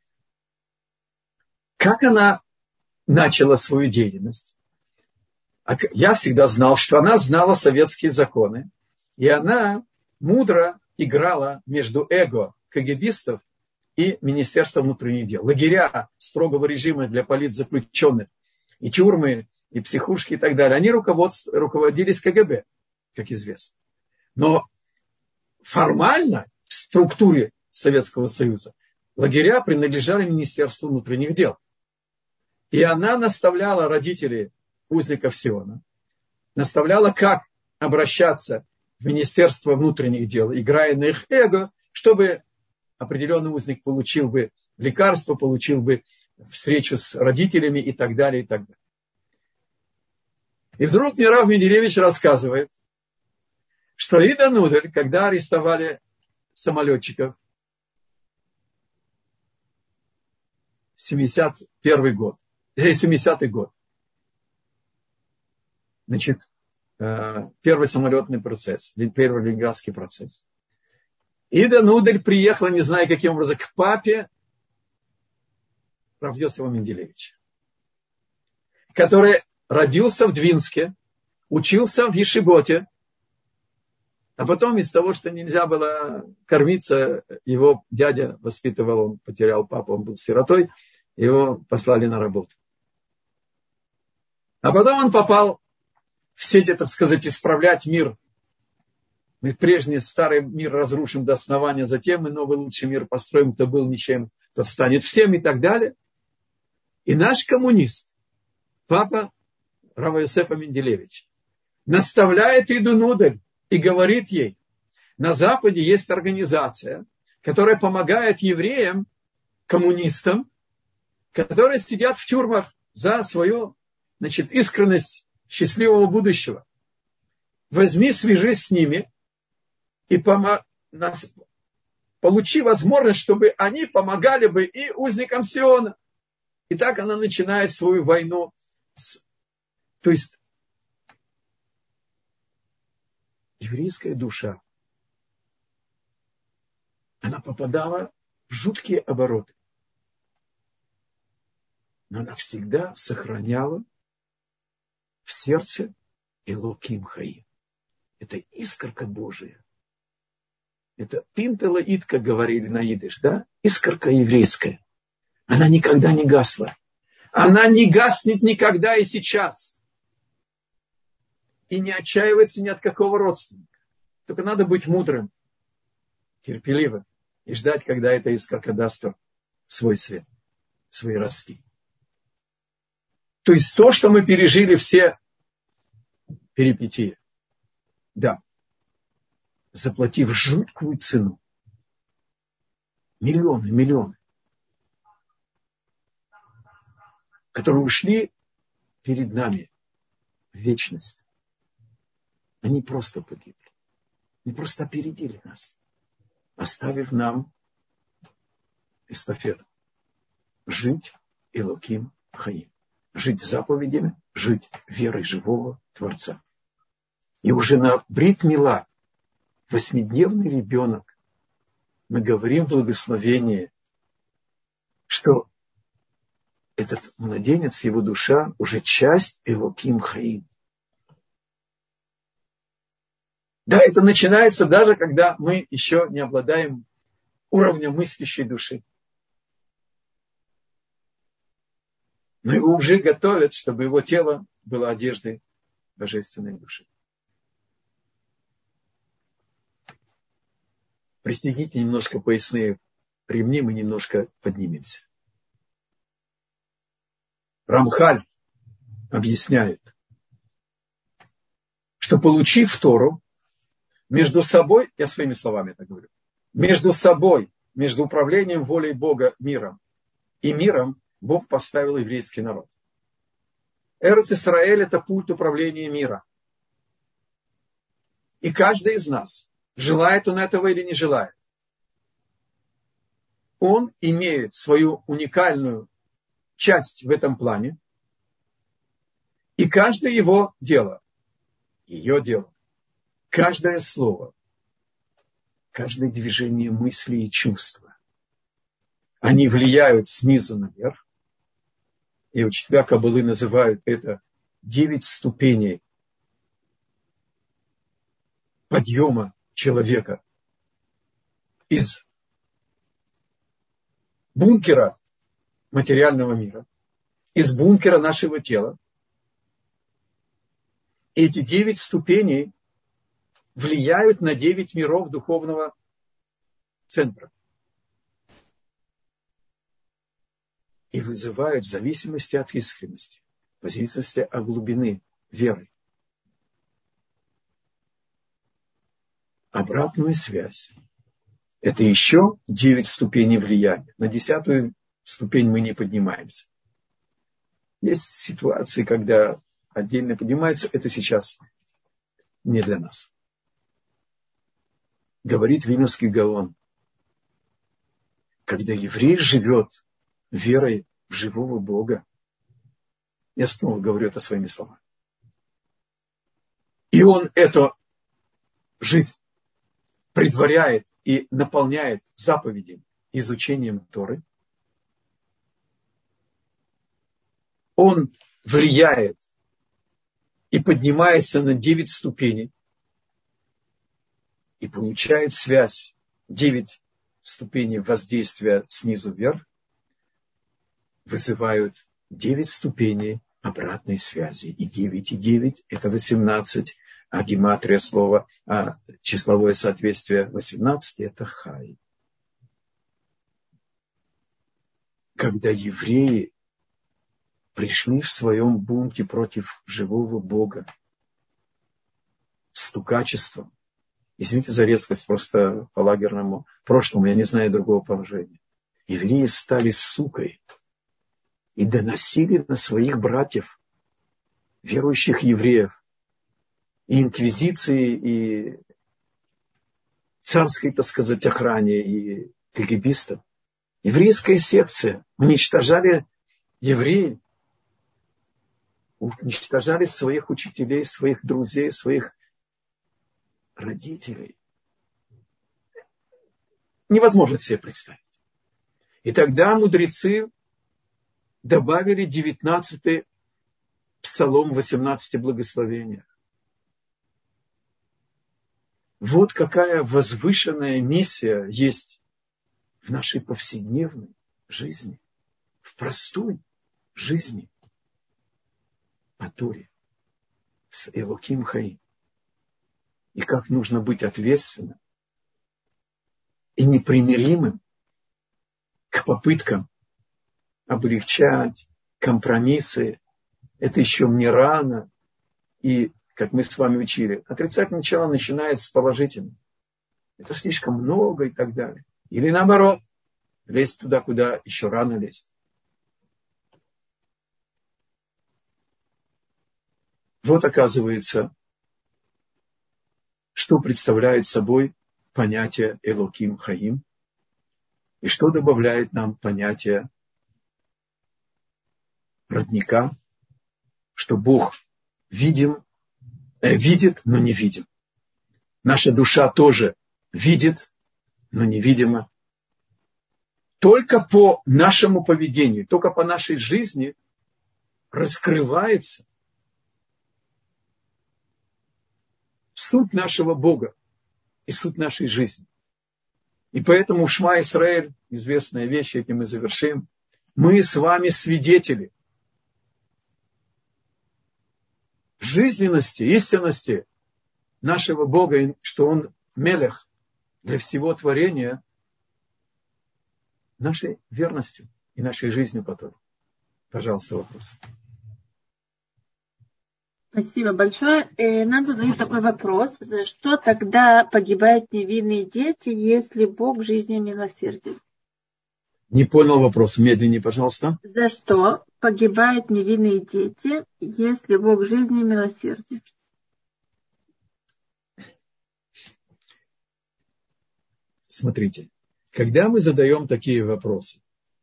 Speaker 1: Как она начала свою деятельность? Я всегда знал, что она знала советские законы. И она мудро играла между эго КГБистов и Министерством внутренних дел. Лагеря строгого режима для политзаключенных, и тюрьмы, и психушки и так далее. Они руководились КГБ, как известно. Но формально в структуре Советского Союза лагеря принадлежали Министерству внутренних дел. И она наставляла родителей узников Сиона, наставляла, как обращаться в Министерство внутренних дел, играя на их эго, чтобы определенный узник получил бы лекарство, получил бы встречу с родителями и так далее, и так далее. И вдруг мне Рав Менделевич рассказывает, что Ида Нудель, когда арестовали самолетчиков, 70-й год, значит, первый самолетный процесс, первый ленинградский процесс. Ида Нудель приехала, не знаю каким образом, к папе Рав Йосефа Менделевича, который родился в Двинске, учился в Ешиботе, а потом из того, что нельзя было кормиться, его дядя воспитывал, он потерял папу, он был сиротой, его послали на работу. А потом он попал в сети, так сказать, исправлять мир. Мы прежний старый мир разрушим до основания, затем мы новый лучший мир построим, кто был ничем, тот станет всем и так далее. И наш коммунист, папа Рава Йосефа Менделевич, наставляет Иду Нудель и говорит ей, на Западе есть организация, которая помогает евреям, коммунистам, которые сидят в тюрьмах за свою, искренность счастливого будущего. Возьми, свяжись с ними и получи возможность, чтобы они помогали бы и узникам Сиона. И так она начинает свою войну. То есть еврейская душа, она попадала в жуткие обороты. Но она всегда сохраняла в сердце Элоким Хаим. Это искорка Божия. Это пинтела ит, как говорили на идиш, да? Искорка еврейская. Она никогда не гасла. Она не гаснет никогда и сейчас. И не отчаивается ни от какого родственника. Только надо быть мудрым, терпеливым и ждать, когда эта искорка даст свой свет, свои ростки. То есть то, что мы пережили все перипетии, да, заплатив жуткую цену. Миллионы, которые ушли перед нами в вечность, они просто погибли. Они просто опередили нас, оставив нам эстафету. Жить Элоким Хаим. Жить заповедями, жить верой живого Творца. И уже на Брит Мила, 8-дневный ребенок, мы говорим в благословении, что этот младенец, его душа, уже часть Элоким Хаим. Да, это начинается даже, когда мы еще не обладаем уровнем мыслящей души. Но его уже готовят, чтобы его тело было одеждой божественной души. Пристегните немножко поясные ремни, мы немножко поднимемся. Рамхаль объясняет, что получив Тору, между собой, я своими словами это говорю, между собой, между управлением волей Бога миром и миром, Бог поставил еврейский народ. Эрец Исраэль – это пульт управления мира. И каждый из нас, желает он этого или не желает, он имеет свою уникальную часть в этом плане. И каждое его дело, ее дело, каждое слово, каждое движение мысли и чувства, они влияют снизу наверх. И учителя Каббалы называют это 9 ступеней подъема человека из бункера материального мира, из бункера нашего тела. И эти 9 ступеней влияют на 9 миров духовного центра. И вызывают в зависимости от искренности, в зависимости от глубины веры, обратную связь. Это еще 9 ступеней влияния. На 10-ю ступень мы не поднимаемся. Есть ситуации, когда отдельно поднимается, это сейчас не для нас. Говорит Вильнюсский Гаон, когда еврей живет верой в живого Бога, я снова говорю это своими словами, и он эту жизнь предваряет и наполняет заповедями, изучением Торы, он влияет и поднимается на 9 ступеней и получает связь, 9 ступеней воздействия снизу вверх, вызывают 9 ступеней обратной связи. И 9 это 18, а гематрия слова, а числовое соответствие 18 это хай. Когда евреи пришли в своем бунте против живого Бога, стукачеством, извините за резкость, просто по лагерному прошлому, я не знаю другого положения, евреи стали сукой и доносили на своих братьев, верующих евреев, и инквизиции, и царской, так сказать, охране, и кгбистов. Еврейская секция уничтожали евреев, уничтожали своих учителей, своих друзей, своих родителей. Невозможно себе представить. И тогда мудрецы добавили 19-й псалом в 18 благословениях. Вот какая возвышенная миссия есть в нашей повседневной жизни, в простой жизни по Торе, с Элоким Хаим. И как нужно быть ответственным и непримиримым к попыткам облегчать компромиссы. Это еще не рано. И, как мы с вами учили, отрицательное начало начинается с положительного. Это слишком много и так далее. Или наоборот, лезть туда, куда еще рано лезть. Вот оказывается, что представляет собой понятие Элоким Хаим и что добавляет нам понятие родника, что Бог видит, но не видим. Наша душа тоже видит, но невидимо. Только по нашему поведению, только по нашей жизни раскрывается суть нашего Бога и суть нашей жизни. И поэтому в Шма Исраэль, известная вещь, этим мы завершим, мы с вами свидетели жизненности, истинности нашего Бога, что Он мелех для всего творения, нашей верностью и нашей жизнью потом. Пожалуйста, вопрос.
Speaker 2: Спасибо большое. Нам задают такой вопрос. За что тогда погибают невинные дети, если Бог в жизни милосерден?
Speaker 1: Не понял вопрос. Медленнее, пожалуйста.
Speaker 2: За что погибают невинные дети, если Бог в жизни милосерден?
Speaker 1: Смотрите, когда мы задаем такие вопросы,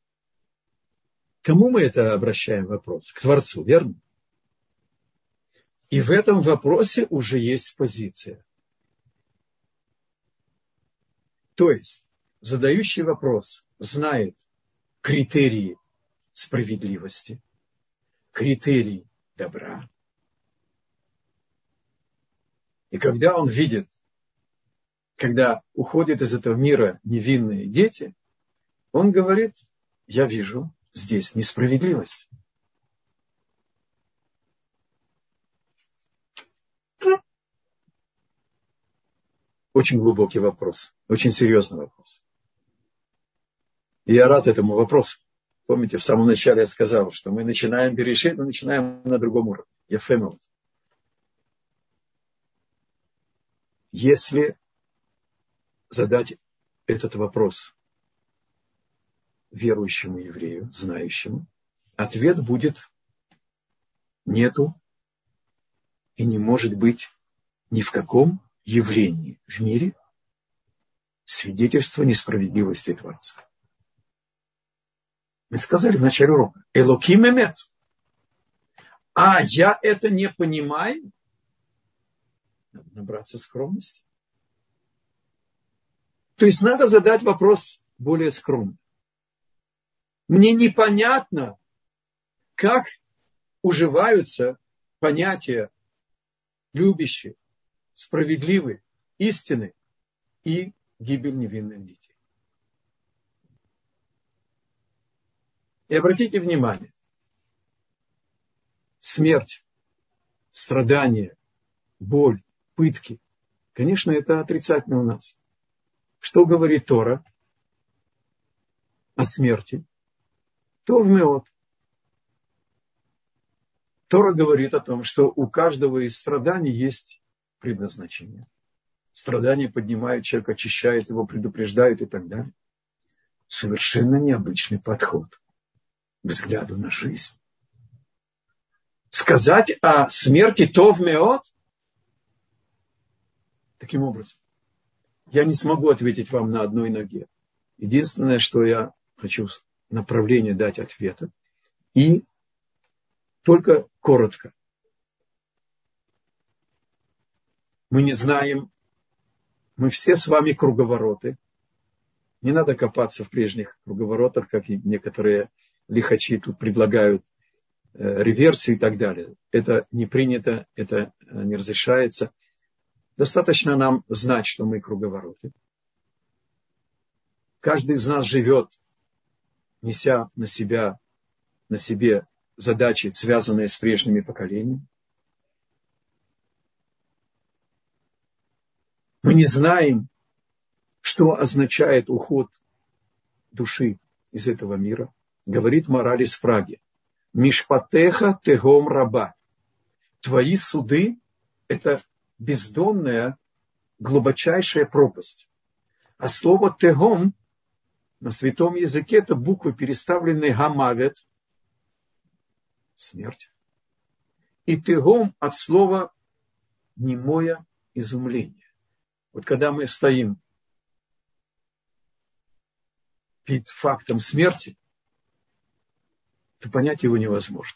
Speaker 1: кому мы это обращаем вопрос? К Творцу, верно? И в этом вопросе уже есть позиция. То есть, задающий вопрос знает критерии справедливости, критерии добра. И когда он видит, когда уходят из этого мира невинные дети, он говорит, я вижу здесь несправедливость. Очень глубокий вопрос, очень серьезный вопрос. И я рад этому вопросу. Помните, в самом начале я сказал, что мы начинаем берешит, мы начинаем на другом уровне. Ефемелот. Если задать этот вопрос верующему еврею, знающему, ответ будет нету и не может быть ни в каком явлении в мире свидетельства несправедливости Творца. Мы сказали в начале урока, Элоким эмет. А я это не понимаю. Надо набраться скромности. То есть надо задать вопрос более скромно. Мне непонятно, как уживаются понятия любящие, справедливые, истины и гибель невинных детей. И обратите внимание, смерть, страдания, боль, пытки, конечно, это отрицательно у нас. Что говорит Тора о смерти? Тов меот. Тора говорит о том, что у каждого из страданий есть предназначение. Страдания поднимают человека, очищают его, предупреждают и так далее. Совершенно необычный подход к взгляду на жизнь. Сказать о смерти тов меот? Таким образом, я не смогу ответить вам на одной ноге. Единственное, что я хочу направление дать ответа. И только коротко. Мы не знаем, мы все с вами круговороты. Не надо копаться в прежних круговоротах, как и некоторые лихачи тут предлагают реверсию и так далее. Это не принято, это не разрешается. Достаточно нам знать, что мы круговороты. Каждый из нас живет, неся на себе задачи, связанные с прежними поколениями. Мы не знаем, что означает уход души из этого мира. Говорит Мораль из Праги. Мишпатеха тегом раба. Твои суды – это бездонная, глубочайшая пропасть. А слово тегом на святом языке – это буквы, переставленные гамавет – смерть. И тегом от слова немое изумление. Вот когда мы стоим перед фактом смерти, то понять его невозможно.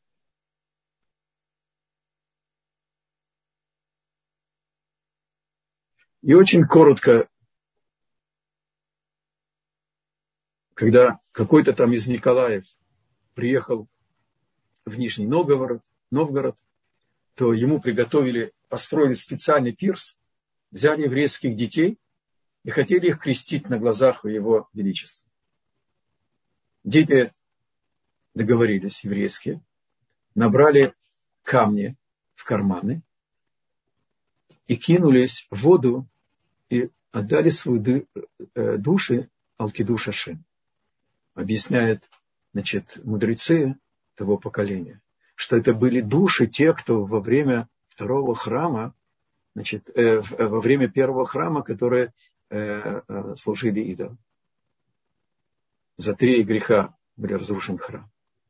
Speaker 1: И очень коротко, когда какой-то там из Николаев приехал в Нижний Новгород, то ему построили специальный пирс, взяли еврейских детей и хотели их крестить на глазах у его величества. Дети договорились, еврейские, набрали камни в карманы и кинулись в воду и отдали свои души Алкидуш Ашем. Объясняют, мудрецы того поколения, что это были души тех, кто во время второго храма, во время первого храма, которые служили идолам. За 3 греха был разрушен храм.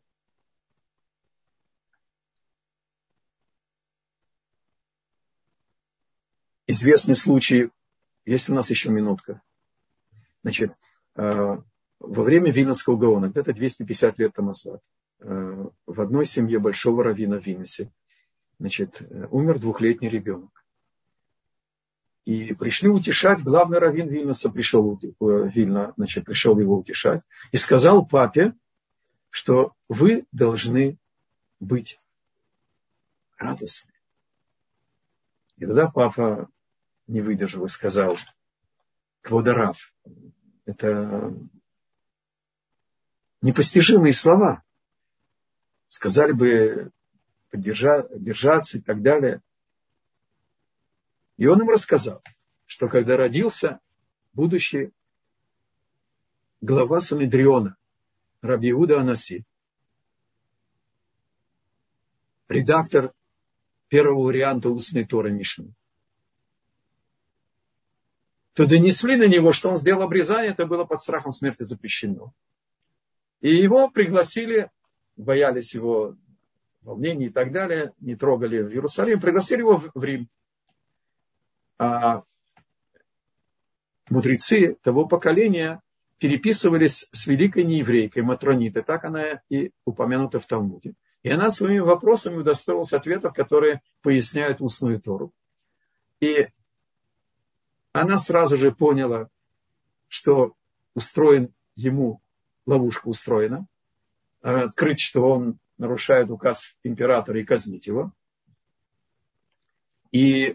Speaker 1: Известный случай, есть у нас еще минутка. Во время Вильнюсского Гаона, где-то 250 лет тому назад, в одной семье большого раввина в Вильнюсе, умер 2-летний ребенок. И пришли утешать, главный раввин Вильнюса пришел его утешать и сказал папе, что вы должны быть радостны. И тогда папа не выдержал и сказал: Кводарав, это непостижимые слова. Сказали бы держаться и так далее. И он им рассказал, что когда родился будущий глава Санедриона, Раби Иуда Анаси, редактор первого варианта устной Торы Мишны, то донесли на него, что он сделал обрезание, это было под страхом смерти запрещено. И его пригласили, боялись его волнений и так далее, не трогали в Иерусалим, пригласили его в Рим. А мудрецы того поколения переписывались с великой нееврейкой Матронитой, так она и упомянута в Талмуде. И она своими вопросами удостоилась ответов, которые поясняют устную Тору. И она сразу же поняла, что ловушка устроена, открыть, что он нарушает указ императора и казнить его. И,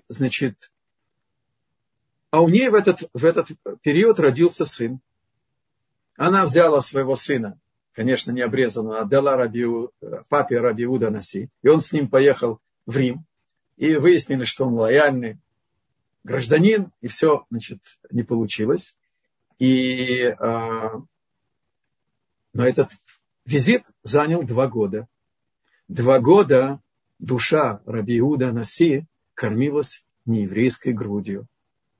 Speaker 1: а у нее в этот период родился сын. Она взяла своего сына, конечно, не обрезанного, отдала папе Раби Иуда Анаси, и он с ним поехал в Рим. И выяснили, что он лояльный гражданин, и все, не получилось. Но этот визит занял 2 года. 2 года душа Раби Иуда Анаси кормилась нееврейской грудью.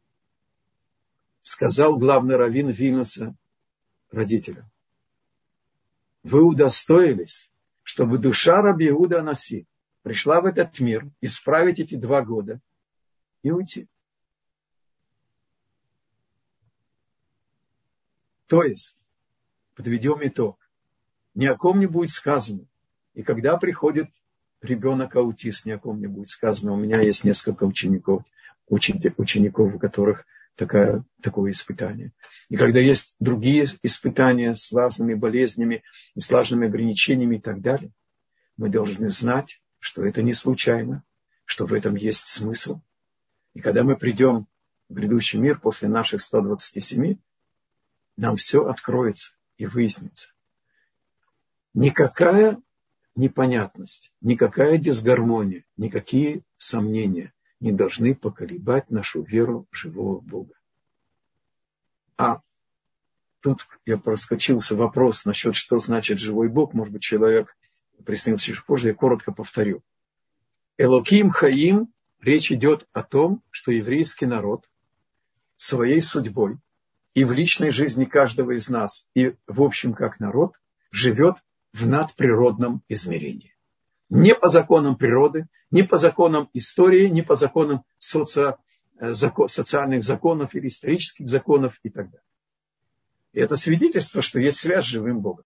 Speaker 1: Сказал главный раввин Вильнюса родителям: вы удостоились, чтобы душа Раби Иуда Анаси пришла в этот мир, исправить эти 2 года и уйти. То есть, подведем итог, ни о ком не будет сказано. И когда приходит ребенок-аутист, ни о ком не будет сказано. У меня есть несколько учеников, у которых такое испытание. И когда есть другие испытания с разными болезнями, с разными ограничениями и так далее, мы должны знать, что это не случайно, что в этом есть смысл. И когда мы придем в грядущий мир после наших 127, нам все откроется и выяснится. Никакая непонятность, никакая дисгармония, никакие сомнения не должны поколебать нашу веру в живого Бога. А тут я проскочился вопрос насчет, что значит живой Бог. Может быть, человек присоединился чуть позже, я коротко повторю. Элоким Хаим, речь идет о том, что еврейский народ своей судьбой и в личной жизни каждого из нас, и в общем как народ, живет в надприродном измерении. Не по законам природы, не по законам истории, не по законам социальных законов или исторических законов и так далее. И это свидетельство, что есть связь с живым Богом.